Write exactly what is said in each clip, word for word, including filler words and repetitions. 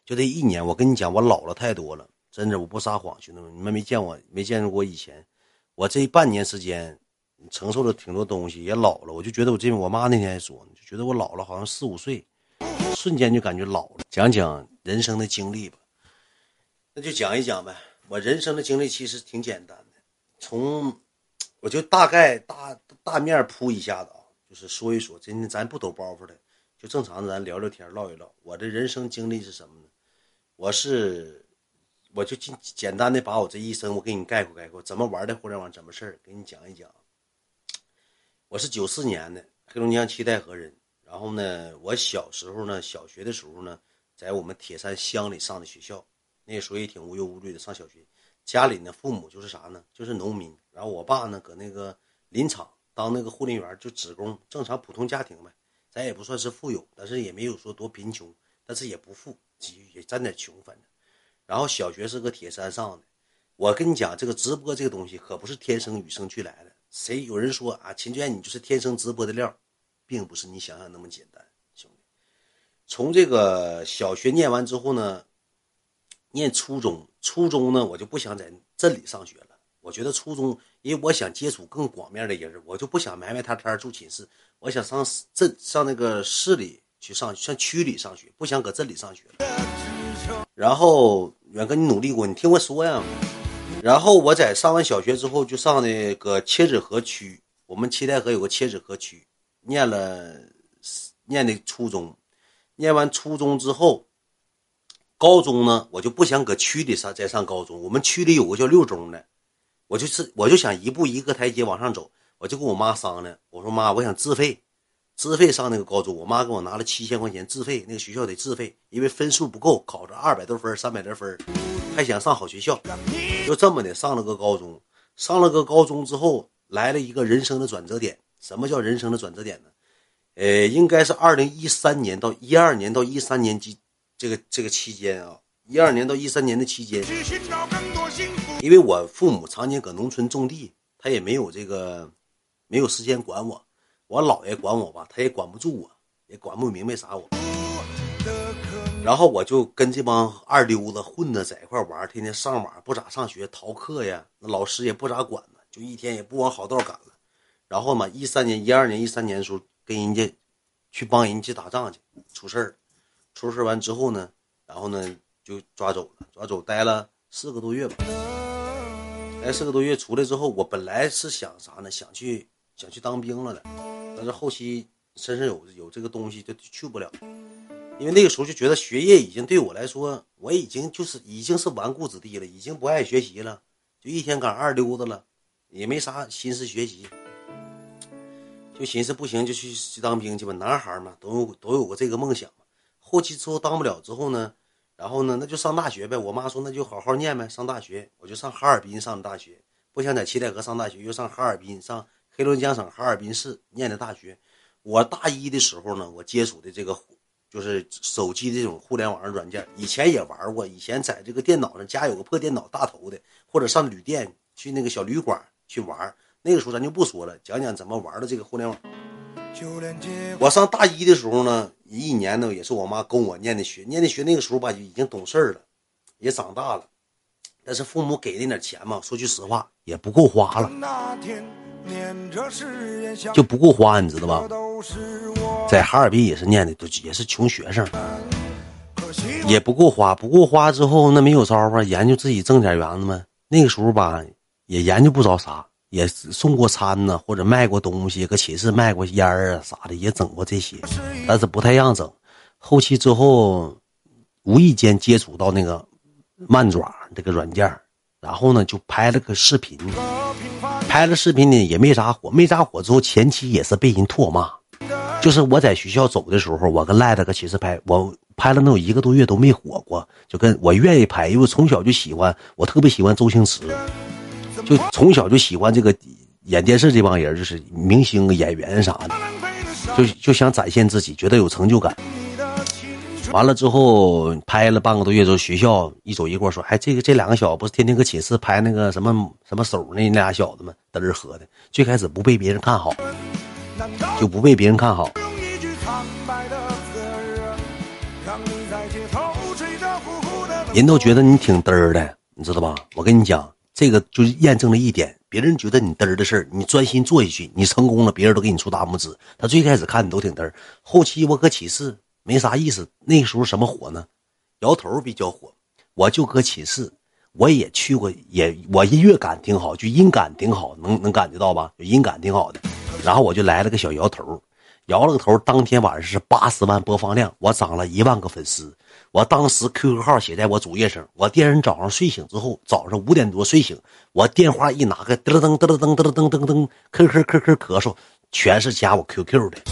就这一年，我跟你讲，我老了太多了，真的，我不撒谎，兄弟们，你们没见我，没见着过以前，我这半年时间承受了挺多东西，也老了，我就觉得我这我妈那天还说，就觉得我老了，好像四五岁，瞬间就感觉老了。讲讲人生的经历吧，那就讲一讲呗。我人生的经历其实挺简单的，从我就大概大大面铺一下子啊，就是说一说，真的咱不抖包袱的，就正常的咱聊聊天唠一唠。我的人生经历是什么呢？我是我就简简单的把我这一生我给你概括概括，怎么玩的互联网，怎么事儿给你讲一讲。我是九四年的，黑龙江七台河人。然后呢，我小时候呢，小学的时候呢，在我们铁山乡里上的学校，那个时候也挺无忧无虑的上小学。家里呢，父母就是啥呢，就是农民。然后我爸呢，搁那个林场当那个护林员，就职工，正常普通家庭呗。咱也不算是富有，但是也没有说多贫穷，但是也不富，也沾点穷，反正。然后小学是个铁山上的。我跟你讲，这个直播这个东西可不是天生与生俱来的。谁有人说啊，秦娟你就是天生直播的料，并不是你想象那么简单，兄弟。从这个小学念完之后呢，念初中，初中呢我就不想在镇里上学了。我觉得初中，因为我想接触更广面的人，我就不想埋埋汰汰住寝室，我想上镇上那个市里去上，上区里上学，不想搁镇里上学了。然后远哥，你努力过，你听我说呀。然后我在上完小学之后，就上那个切纸河区，我们七台河有个切纸河区，念了念的初中。念完初中之后，高中呢，我就不想搁区里上再上高中。我们区里有个叫六中的，我就是我就想一步一个台阶往上走。我就跟我妈商量，我说妈，我想自费，自费上那个高中。我妈给我拿了七千块钱自费，那个学校得自费，因为分数不够，考着二百多分，三百多分，还想上好学校，就这么的上了个高中。上了个高中之后，来了一个人生的转折点。什么叫人生的转折点呢？呃，应该是二零一三年到一二年到一三年期这个这个期间啊，一二年到一三年的期间，因为我父母常年搁农村种地，他也没有这个没有时间管我，我姥爷管我吧，他也管不住我，也管不明白啥我。然后我就跟这帮二溜子混着在一块玩，天天上网，不咋上学，逃课呀，那老师也不咋管呢，就一天也不往好道赶了。然后嘛，一三年、一二年、一三年的时候，跟人家去帮人家打仗去，出事儿，出事完之后呢，然后呢就抓走了，抓走待了四个多月吧。待四个多月出来之后，我本来是想啥呢？想去想去当兵了的，但是后期身上有有这个东西就去不了，因为那个时候就觉得学业已经对我来说，我已经就是已经是纨绔子弟了，已经不爱学习了，就一天赶二溜子了，也没啥心思学习。就寻思不行就去去当兵去吧，男孩嘛都有都有过这个梦想嘛。后期之后当不了之后呢，然后呢那就上大学呗。我妈说那就好好念呗，上大学。我就上哈尔滨上大学，不想在七台河上大学，又上哈尔滨，上黑龙江省哈尔滨市念的大学。我大一的时候呢，我接触的这个就是手机这种互联网软件，以前也玩过，以前在这个电脑上家有个破电脑大头的，或者上旅店去那个小旅馆去玩。那个时候咱就不说了，讲讲怎么玩的这个互联网。我上大一的时候呢，一年呢也是我妈供我念的学，念的学那个时候吧已经懂事了，也长大了，但是父母给那点钱嘛，说句实话也不够花了，就不够花，你知道吧？在哈尔滨也是念的，也是穷学生，也不够花，不够花之后那没有招啊，研究自己挣点元子嘛。那个时候吧也研究不着啥。也送过餐呢，或者卖过东西，搁寝室卖过烟啊啥的，也整过这些，但是不太让整。后期之后，无意间接触到那个慢爪这个软件，然后呢就拍了个视频，拍了视频呢也没咋火，没咋火之后前期也是被人唾骂。就是我在学校走的时候，我跟赖子搁寝室拍，我拍了能有一个多月都没火过，就跟我愿意拍，因为我从小就喜欢，我特别喜欢周星驰。就从小就喜欢这个演电视这帮人，就是明星演员啥的，就就想展现自己，觉得有成就感。完了之后拍了半个多月之后，学校一走一过说，哎，这个这两个小子不是天天搁寝室拍那个什么什么手那那俩小子吗？嘚儿喝的。最开始不被别人看好，就不被别人看好。 人都觉得你挺嘚儿的，你知道吧？我跟你讲，这个就验证了一点，别人觉得你嘚儿的事儿，你专心做下去，你成功了，别人都给你竖大拇指。他最开始看你都挺嘚儿，后期我搁寝室没啥意思，那时候什么火呢？摇头比较火，我就搁寝室，我也去过，也我音乐感挺好，就音感挺好，能能感觉到吧？音感挺好的。然后我就来了个小摇头，摇了个头，当天晚上是八十万播放量，我涨了一万个粉丝。我当时 Q Q 号写在我主页上，我第二天早上睡醒之后，早上五点多睡醒，我电话一拿开，嘚噔嘚噔嘚噔嘚噔，咳咳咳咳咳嗽，全是加我 Q Q 的。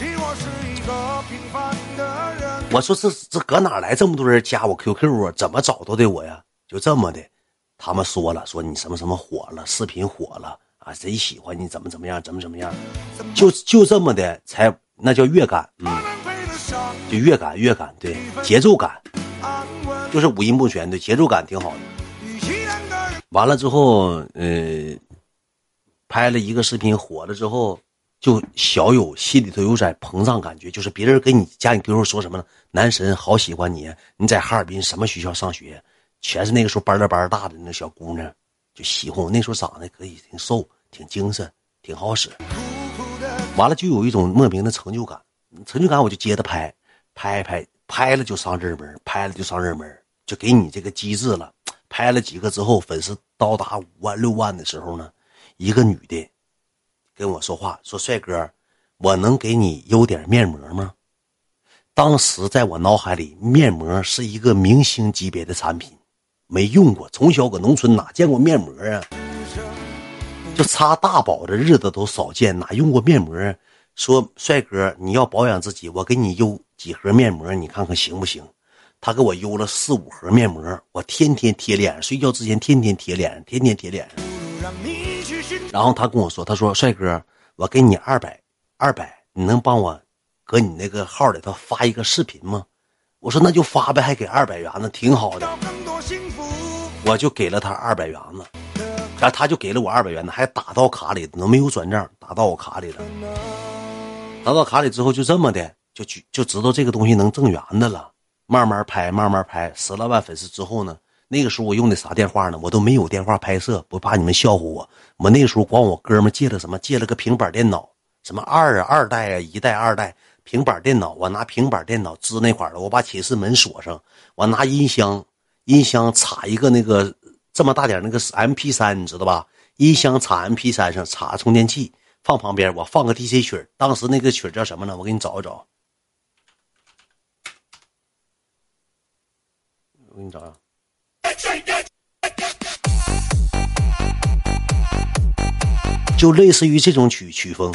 我说这这搁哪来这么多人加我 Q Q 啊？怎么找到的我呀？就这么的，他们说了，说你什么什么火了，视频火了啊，谁喜欢你怎么怎么样，怎么怎么样，就就这么的才那叫乐感，嗯，就乐感乐感，对，节奏感。就是五音不全，对，节奏感挺好的。完了之后，呃，拍了一个视频火了之后，就小有心里头有点膨胀感觉，就是别人跟你加你 Q Q 说什么呢？男神好喜欢你，你在哈尔滨什么学校上学？全是那个时候班儿班儿大的那小姑娘，就喜欢我。那时候长得可以，挺瘦，挺精神，挺好使。完了就有一种莫名的成就感，成就感我就接着拍，拍拍拍了就上热门，拍了就上热门。就给你这个机制了，拍了几个之后，粉丝到达五万六万的时候呢，一个女的跟我说话，说帅哥，我能给你邮点面膜吗？当时在我脑海里，面膜是一个明星级别的产品，没用过，从小搁农村哪见过面膜啊？就擦大宝的日子都少见，哪用过面膜？说帅哥，你要保养自己，我给你邮几盒面膜，你看看行不行？他给我邮了四五盒面膜，我天天贴脸上，睡觉之前天天贴脸上，天天贴脸上。然后他跟我说，他说帅哥，我给你二百，二百，你能帮我搁你那个号里头发一个视频吗？我说那就发呗，还给二百元呢，挺好的。我就给了他二百元呢，然后他就给了我二百元呢，还打到卡里，都没有转账，打到我卡里了。打到卡里之后，就这么的，就就知道这个东西能挣元的了。慢慢拍慢慢拍，十来万粉丝之后呢，那个时候我用的啥电话呢？我都没有电话拍摄，不怕你们笑话我。我那个时候管我哥们借了什么？借了个平板电脑，什么二啊二代啊一代二代平板电脑，我拿平板电脑支那块了，我把寝室门锁上，我拿音箱音箱插一个那个这么大点那个 M P 三， 你知道吧？音箱插 M P 三 上，插充电器放旁边，我放个 D C 曲，当时那个曲叫什么呢？我给你找一找。我给你找找，就类似于这种曲曲风。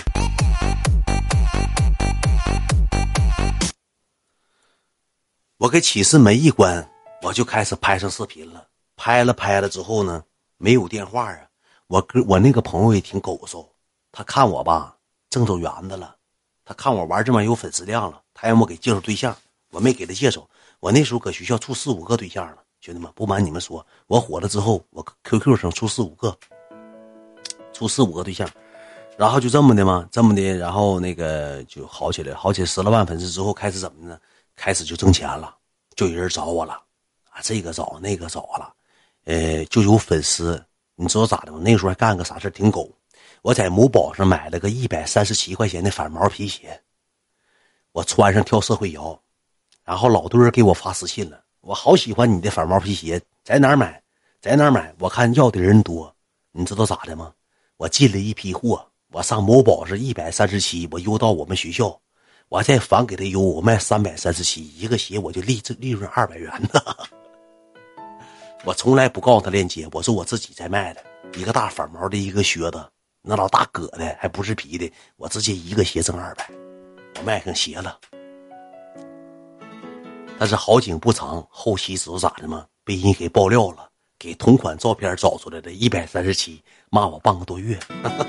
我给寝室门一关，我就开始拍上视频了。拍了拍了之后呢，没有电话啊。我哥我那个朋友也挺狗手，他看我吧挣着圆的了，他看我玩这玩意有粉丝量了，他让我给介绍对象，我没给他介绍。我那时候搁学校处四五个对象了，兄弟们，不瞒你们说，我火了之后，我 Q Q 上处四五个，处四五个对象，然后就这么的嘛，这么的，然后那个就好起来，好起来十来万粉丝之后，开始怎么呢？开始就挣钱了，就有人找我了，啊，这个找那个找了，呃，就有粉丝，你知道咋的吗？那时候还干个啥事挺狗，我在某宝上买了个一百三十七块钱的反毛皮鞋，我穿上跳社会摇。然后老多人给我发私信了，我好喜欢你的反毛皮鞋，在哪儿买？在哪儿买？我看要的人多，你知道咋的吗？我进了一批货，我上某宝是一百三十七，我邮到我们学校，我再返给他邮，我卖三百三十七一个鞋，我就利利润二百元呢。我从来不告诉他链接，我说我自己在卖的，一个大反毛的一个靴子，那老大革的，还不是皮的，我直接一个鞋挣二百，我卖上鞋了。但是好景不长，后期知道咋的吗？被人给爆料了，给同款照片找出来的一百三十七，骂我半个多月。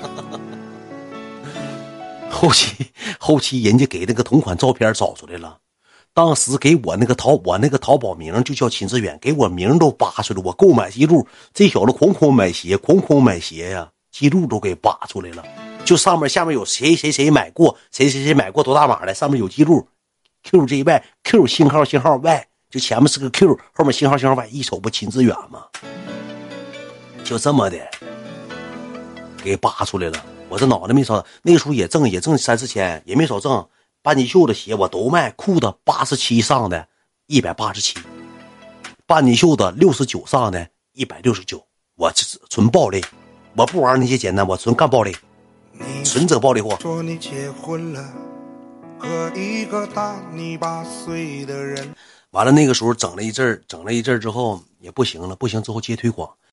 后期后期人家给那个同款照片找出来了，当时给我那个淘我那个淘宝名就叫秦志远，给我名都扒出来，我购买记录，这小子哐哐买鞋，哐哐买鞋呀，记录都给扒出来了，就上面下面有谁谁谁买过，谁谁谁买过多大码的，上面有记录。Q J Y Q 星号星号 Y 就前面是个 Q， 后面星号星号 Y， 一瞅不秦志远吗？就这么的给扒出来了。我这脑袋没少，那个时候也挣也挣三四千，也没少挣。半截袖的鞋我都卖，裤子八十七上的一百八十七，半截袖的六十九上的一百六十九。我这纯暴利，我不玩那些简单，我纯干暴利，纯整暴利货。 说你结婚了，和一个大你八岁的人。 完了那个时候整了一阵整了一阵之后也不行了，不行之后接推广，